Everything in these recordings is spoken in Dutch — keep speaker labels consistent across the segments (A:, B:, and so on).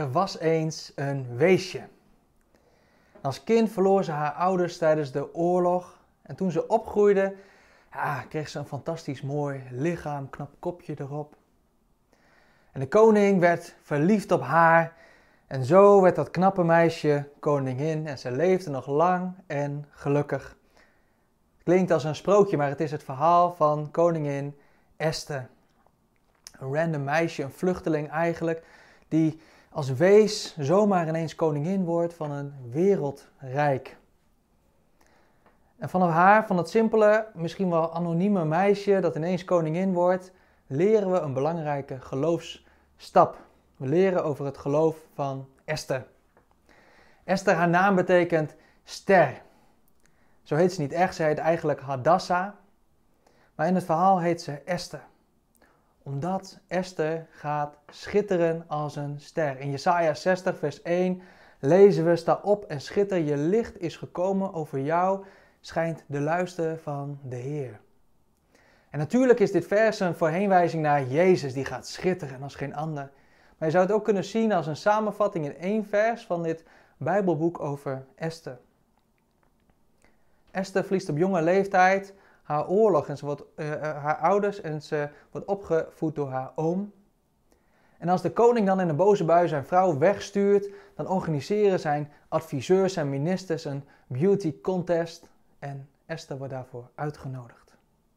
A: Er was eens een weesje. Als kind verloor ze haar ouders tijdens de oorlog. En toen ze opgroeide, kreeg ze een fantastisch mooi lichaam, knap kopje erop. En de koning werd verliefd op haar. En zo werd dat knappe meisje koningin. En ze leefde nog lang en gelukkig. Het klinkt als een sprookje, maar het is het verhaal van koningin Esther. Een random meisje, een vluchteling eigenlijk, die als wees zomaar ineens koningin wordt van een wereldrijk. En vanaf haar, van dat simpele, misschien wel anonieme meisje dat ineens koningin wordt, leren we een belangrijke geloofsstap. We leren over het geloof van Esther. Esther, haar naam betekent ster. Zo heet ze niet echt, ze heet eigenlijk Hadassah. Maar in het verhaal heet ze Esther. Omdat Esther gaat schitteren als een ster. In Jesaja 60 vers 1 lezen we: sta op en schitter, je licht is gekomen, over jou schijnt de luister van de Heer. En natuurlijk is dit vers een voorheenwijzing naar Jezus, die gaat schitteren als geen ander. Maar je zou het ook kunnen zien als een samenvatting in één vers van dit Bijbelboek over Esther. Esther verliest op jonge leeftijd haar oorlog en haar ouders en ze wordt opgevoed door haar oom. En als de koning dan in een boze bui zijn vrouw wegstuurt, dan organiseren zijn adviseurs en ministers een beauty contest en Esther wordt daarvoor uitgenodigd.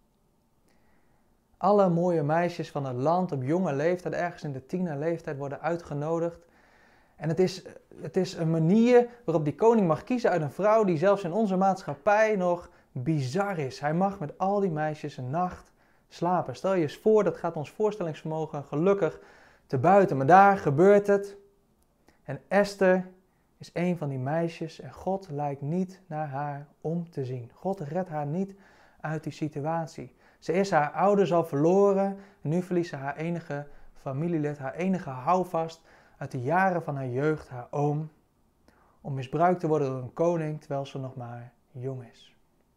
A: Alle mooie meisjes van het land op jonge leeftijd, ergens in de tienerleeftijd, worden uitgenodigd. En het is een manier waarop die koning mag kiezen uit een vrouw die zelfs in onze maatschappij nog bizar is. Hij mag met al die meisjes een nacht slapen. Stel je eens voor, dat gaat ons voorstellingsvermogen gelukkig te buiten. Maar daar gebeurt het. En Esther is een van die meisjes en God lijkt niet naar haar om te zien. God redt haar niet uit die situatie. Ze is haar ouders al verloren en nu verliest ze haar enige familielid, haar enige houvast uit de jaren van haar jeugd, haar oom, om misbruikt te worden door een koning terwijl ze nog maar jong is.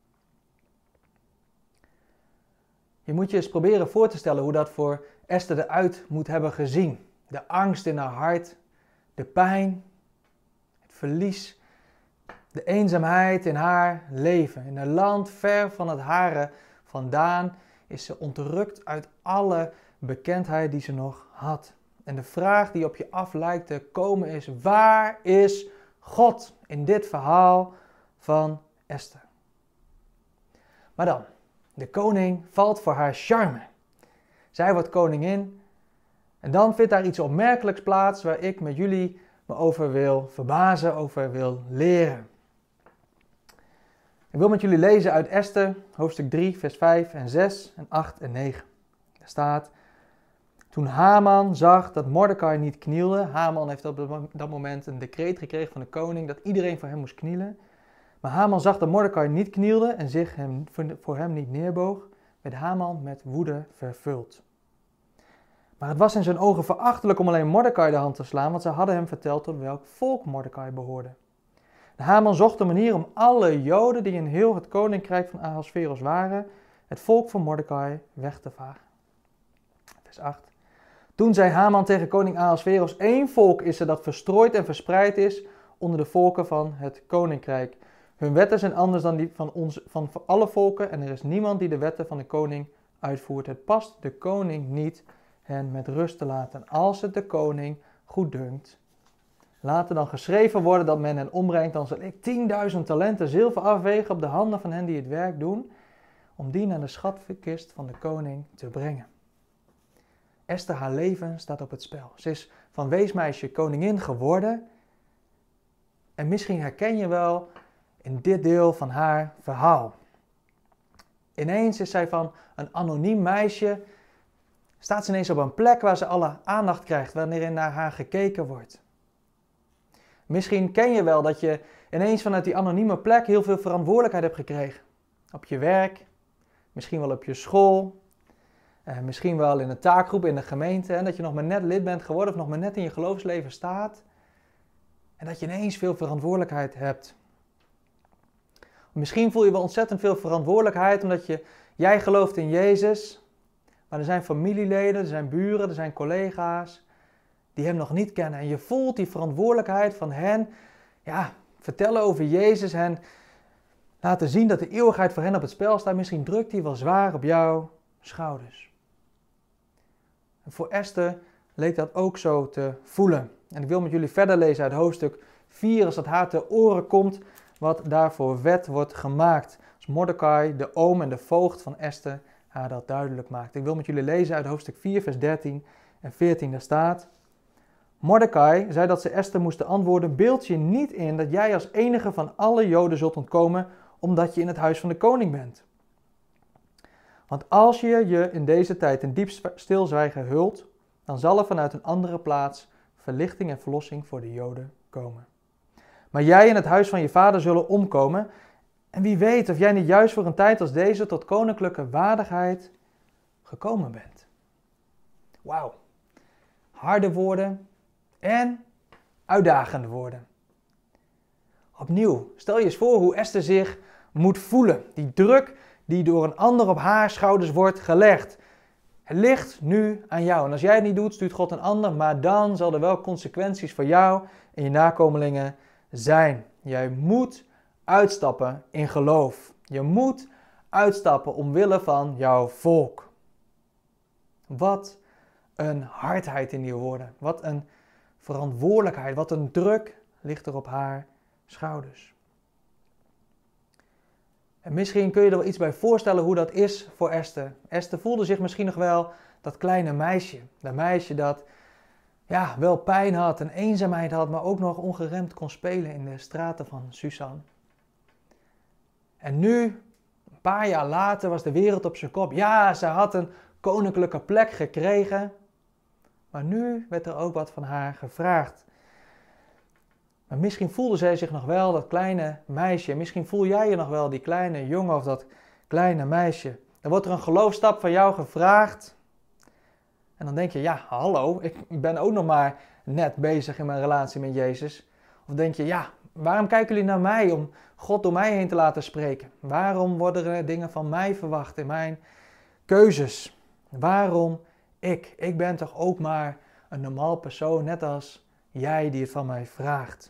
A: Je moet je eens proberen voor te stellen hoe dat voor Esther eruit moet hebben gezien. De angst in haar hart, de pijn, het verlies, de eenzaamheid in haar leven. In een land ver van het hare vandaan is ze ontrukt uit alle bekendheid die ze nog had. En de vraag die op je af lijkt te komen is: waar is God in dit verhaal van Esther? Maar dan, de koning valt voor haar charme. Zij wordt koningin en dan vindt daar iets opmerkelijks plaats waar ik met jullie me over wil verbazen, over wil leren. Ik wil met jullie lezen uit Esther, hoofdstuk 3, vers 5 en 6 en 8 en 9. Daar staat: toen Haman zag dat Mordechai niet knielde. Haman heeft op dat moment een decreet gekregen van de koning dat iedereen voor hem moest knielen. Maar Haman zag dat Mordechai niet knielde en zich voor hem niet neerboog, werd Haman met woede vervuld. Maar het was in zijn ogen verachtelijk om alleen Mordechai de hand te slaan, want ze hadden hem verteld tot welk volk Mordechai behoorde. En Haman zocht een manier om alle Joden die in heel het koninkrijk van Ahasveros waren, het volk van Mordechai weg te vagen. Vers 8. Toen zei Haman tegen koning Ahasveros: één volk is er dat verstrooid en verspreid is onder de volken van het koninkrijk. Hun wetten zijn anders dan die van alle volken en er is niemand die de wetten van de koning uitvoert. Het past de koning niet hen met rust te laten. Als het de koning goed dunkt, laat er dan geschreven worden dat men hen ombrengt, dan zal ik 10.000 talenten zilver afwegen op de handen van hen die het werk doen, om die naar de schatkist van de koning te brengen. Esther, haar leven staat op het spel. Ze is van weesmeisje koningin geworden. En misschien herken je wel in dit deel van haar verhaal. Ineens is zij van een anoniem meisje, staat ze ineens op een plek waar ze alle aandacht krijgt, wanneer er naar haar gekeken wordt. Misschien ken je wel dat je ineens vanuit die anonieme plek heel veel verantwoordelijkheid hebt gekregen. Op je werk, misschien wel op je school, misschien wel in een taakgroep in de gemeente. En dat je nog maar net lid bent geworden of nog maar net in je geloofsleven staat. En dat je ineens veel verantwoordelijkheid hebt. Misschien voel je wel ontzettend veel verantwoordelijkheid omdat jij gelooft in Jezus. Maar er zijn familieleden, er zijn buren, er zijn collega's die hem nog niet kennen. En je voelt die verantwoordelijkheid van hen, ja, vertellen over Jezus, hen laten zien dat de eeuwigheid voor hen op het spel staat. Misschien drukt die wel zwaar op jouw schouders. En voor Esther leek dat ook zo te voelen. En ik wil met jullie verder lezen uit hoofdstuk 4, als dat haar ter oren komt, wat daarvoor wet wordt gemaakt. Als Mordechai, de oom en de voogd van Esther, haar dat duidelijk maakt. Ik wil met jullie lezen uit hoofdstuk 4, vers 13 en 14. Daar staat: Mordechai zei dat ze Esther moesten antwoorden: beeld je niet in dat jij als enige van alle Joden zult ontkomen, omdat je in het huis van de koning bent. Want als je je in deze tijd in diep stilzwijgen hult, dan zal er vanuit een andere plaats verlichting en verlossing voor de Joden komen. Maar jij en het huis van je vader zullen omkomen. En wie weet of jij niet juist voor een tijd als deze tot koninklijke waardigheid gekomen bent. Wauw. Harde woorden en uitdagende woorden. Opnieuw, stel je eens voor hoe Esther zich moet voelen. Die druk die door een ander op haar schouders wordt gelegd. Het ligt nu aan jou. En als jij het niet doet, stuurt God een ander. Maar dan zal er wel consequenties voor jou en je nakomelingen zijn. Jij moet uitstappen in geloof. Je moet uitstappen omwille van jouw volk. Wat een hardheid in die woorden. Wat een verantwoordelijkheid. Wat een druk ligt er op haar schouders. En misschien kun je er wel iets bij voorstellen hoe dat is voor Esther. Esther voelde zich misschien nog wel dat kleine meisje. Dat meisje dat ja, wel pijn had en eenzaamheid had, maar ook nog ongeremd kon spelen in de straten van Susan. En nu, een paar jaar later, was de wereld op zijn kop. Ja, ze had een koninklijke plek gekregen, maar nu werd er ook wat van haar gevraagd. Maar misschien voelde zij zich nog wel dat kleine meisje. Misschien voel jij je nog wel die kleine jongen of dat kleine meisje. Dan wordt er een geloofstap van jou gevraagd. En dan denk je, ja, hallo, ik ben ook nog maar net bezig in mijn relatie met Jezus. Of denk je, ja, waarom kijken jullie naar mij om God door mij heen te laten spreken? Waarom worden er dingen van mij verwacht in mijn keuzes? Waarom ik? Ik ben toch ook maar een normaal persoon, net als jij die het van mij vraagt.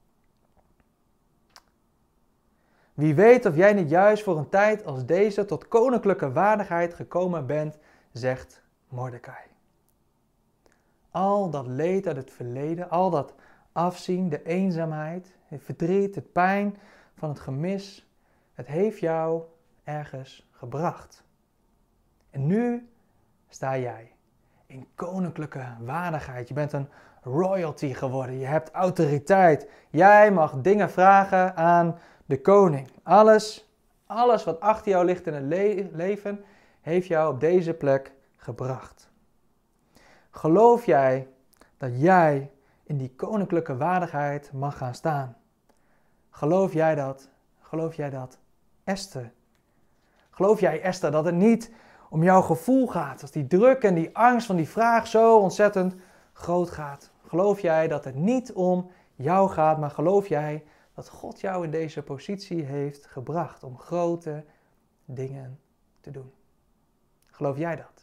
A: Wie weet of jij niet juist voor een tijd als deze tot koninklijke waardigheid gekomen bent, zegt Mordechai. Al dat leed uit het verleden, al dat afzien, de eenzaamheid, het verdriet, het pijn van het gemis, het heeft jou ergens gebracht. En nu sta jij in koninklijke waardigheid. Je bent een royalty geworden, je hebt autoriteit. Jij mag dingen vragen aan de koning. Alles wat achter jou ligt in het leven, heeft jou op deze plek gebracht. Geloof jij dat jij in die koninklijke waardigheid mag gaan staan? Geloof jij dat? Geloof jij dat, Esther? Geloof jij, Esther, dat het niet om jouw gevoel gaat? Als die druk en die angst van die vraag zo ontzettend groot gaat. Geloof jij dat het niet om jou gaat, maar geloof jij dat God jou in deze positie heeft gebracht om grote dingen te doen? Geloof jij dat?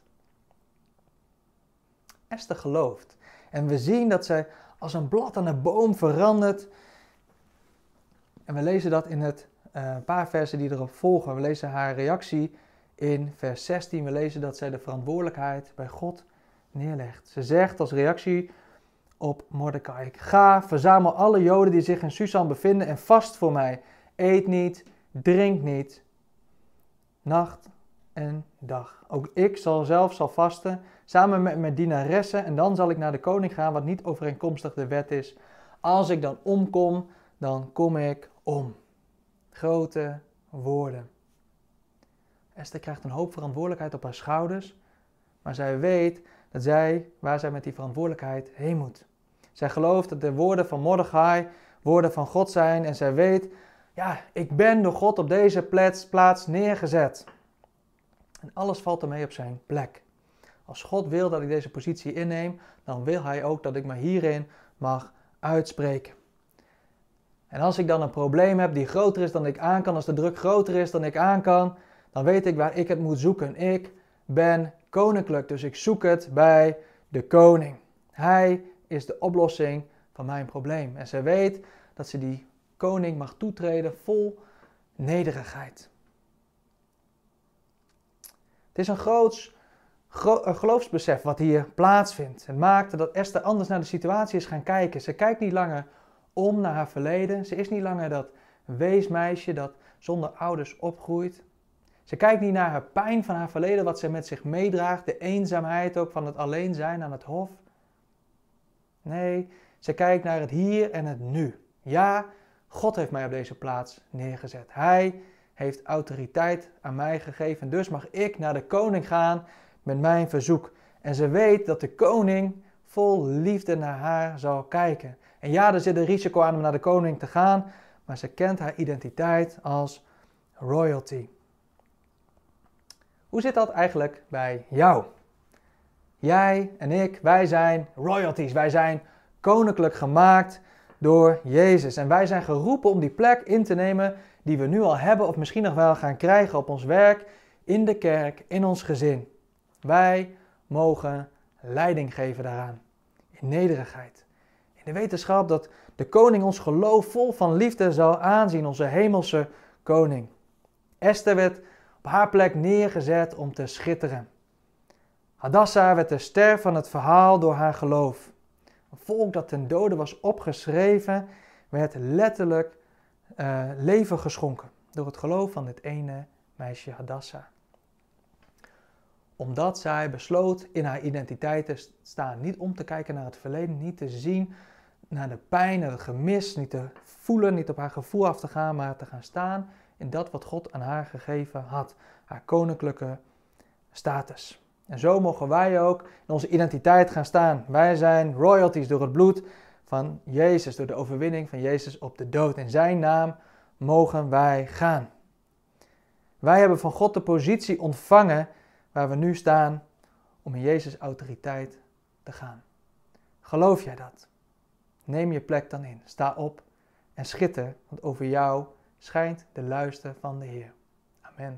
A: Esther gelooft. En we zien dat zij als een blad aan de boom verandert. En we lezen dat in het paar versen die erop volgen. We lezen haar reactie in vers 16. We lezen dat zij de verantwoordelijkheid bij God neerlegt. Ze zegt als reactie op Mordechai: ga, verzamel alle Joden die zich in Susan bevinden en vast voor mij. Eet niet, drink niet, nacht en dag. Ook ik zal vasten, samen met mijn dienaressen, en dan zal ik naar de koning gaan, wat niet overeenkomstig de wet is. Als ik dan omkom, dan kom ik om. Grote woorden. Esther krijgt een hoop verantwoordelijkheid op haar schouders, maar zij weet dat waar zij met die verantwoordelijkheid heen moet. Zij gelooft dat de woorden van Mordechai woorden van God zijn en zij weet, ja, ik ben door God op deze plaats neergezet. En alles valt ermee op zijn plek. Als God wil dat ik deze positie inneem, dan wil hij ook dat ik me hierin mag uitspreken. En als ik dan een probleem heb die groter is dan ik aan kan, als de druk groter is dan ik aan kan, dan weet ik waar ik het moet zoeken. Ik ben koninklijk, dus ik zoek het bij de koning. Hij is de oplossing van mijn probleem. En ze weet dat ze die koning mag toetreden vol nederigheid. Het is een groot geloofsbesef wat hier plaatsvindt. Het maakte dat Esther anders naar de situatie is gaan kijken. Ze kijkt niet langer om naar haar verleden. Ze is niet langer dat weesmeisje dat zonder ouders opgroeit. Ze kijkt niet naar haar pijn van haar verleden, wat ze met zich meedraagt. De eenzaamheid ook van het alleen zijn aan het hof. Nee, ze kijkt naar het hier en het nu. Ja, God heeft mij op deze plaats neergezet. Hij heeft autoriteit aan mij gegeven. Dus mag ik naar de koning gaan met mijn verzoek. En ze weet dat de koning vol liefde naar haar zal kijken. En ja, er zit een risico aan om naar de koning te gaan. Maar ze kent haar identiteit als royalty. Hoe zit dat eigenlijk bij jou? Jij en ik, wij zijn royalties. Wij zijn koninklijk gemaakt door Jezus. En wij zijn geroepen om die plek in te nemen die we nu al hebben of misschien nog wel gaan krijgen op ons werk, in de kerk, in ons gezin. Wij mogen leiding geven daaraan. In nederigheid. In de wetenschap dat de koning ons geloof vol van liefde zal aanzien, onze hemelse koning. Esther werd op haar plek neergezet om te schitteren. Hadassa werd de ster van het verhaal door haar geloof. Een volk dat ten dode was opgeschreven, werd letterlijk leven geschonken door het geloof van dit ene meisje Hadassa. Omdat zij besloot in haar identiteit te staan. Niet om te kijken naar het verleden, niet te zien naar de pijn, naar het gemis, niet te voelen, niet op haar gevoel af te gaan, maar te gaan staan in dat wat God aan haar gegeven had. Haar koninklijke status. En zo mogen wij ook in onze identiteit gaan staan. Wij zijn royalties door het bloed van Jezus, door de overwinning van Jezus op de dood. In zijn naam mogen wij gaan. Wij hebben van God de positie ontvangen waar we nu staan om in Jezus' autoriteit te gaan. Geloof jij dat? Neem je plek dan in. Sta op en schitter, want over jou schijnt de luister van de Heer.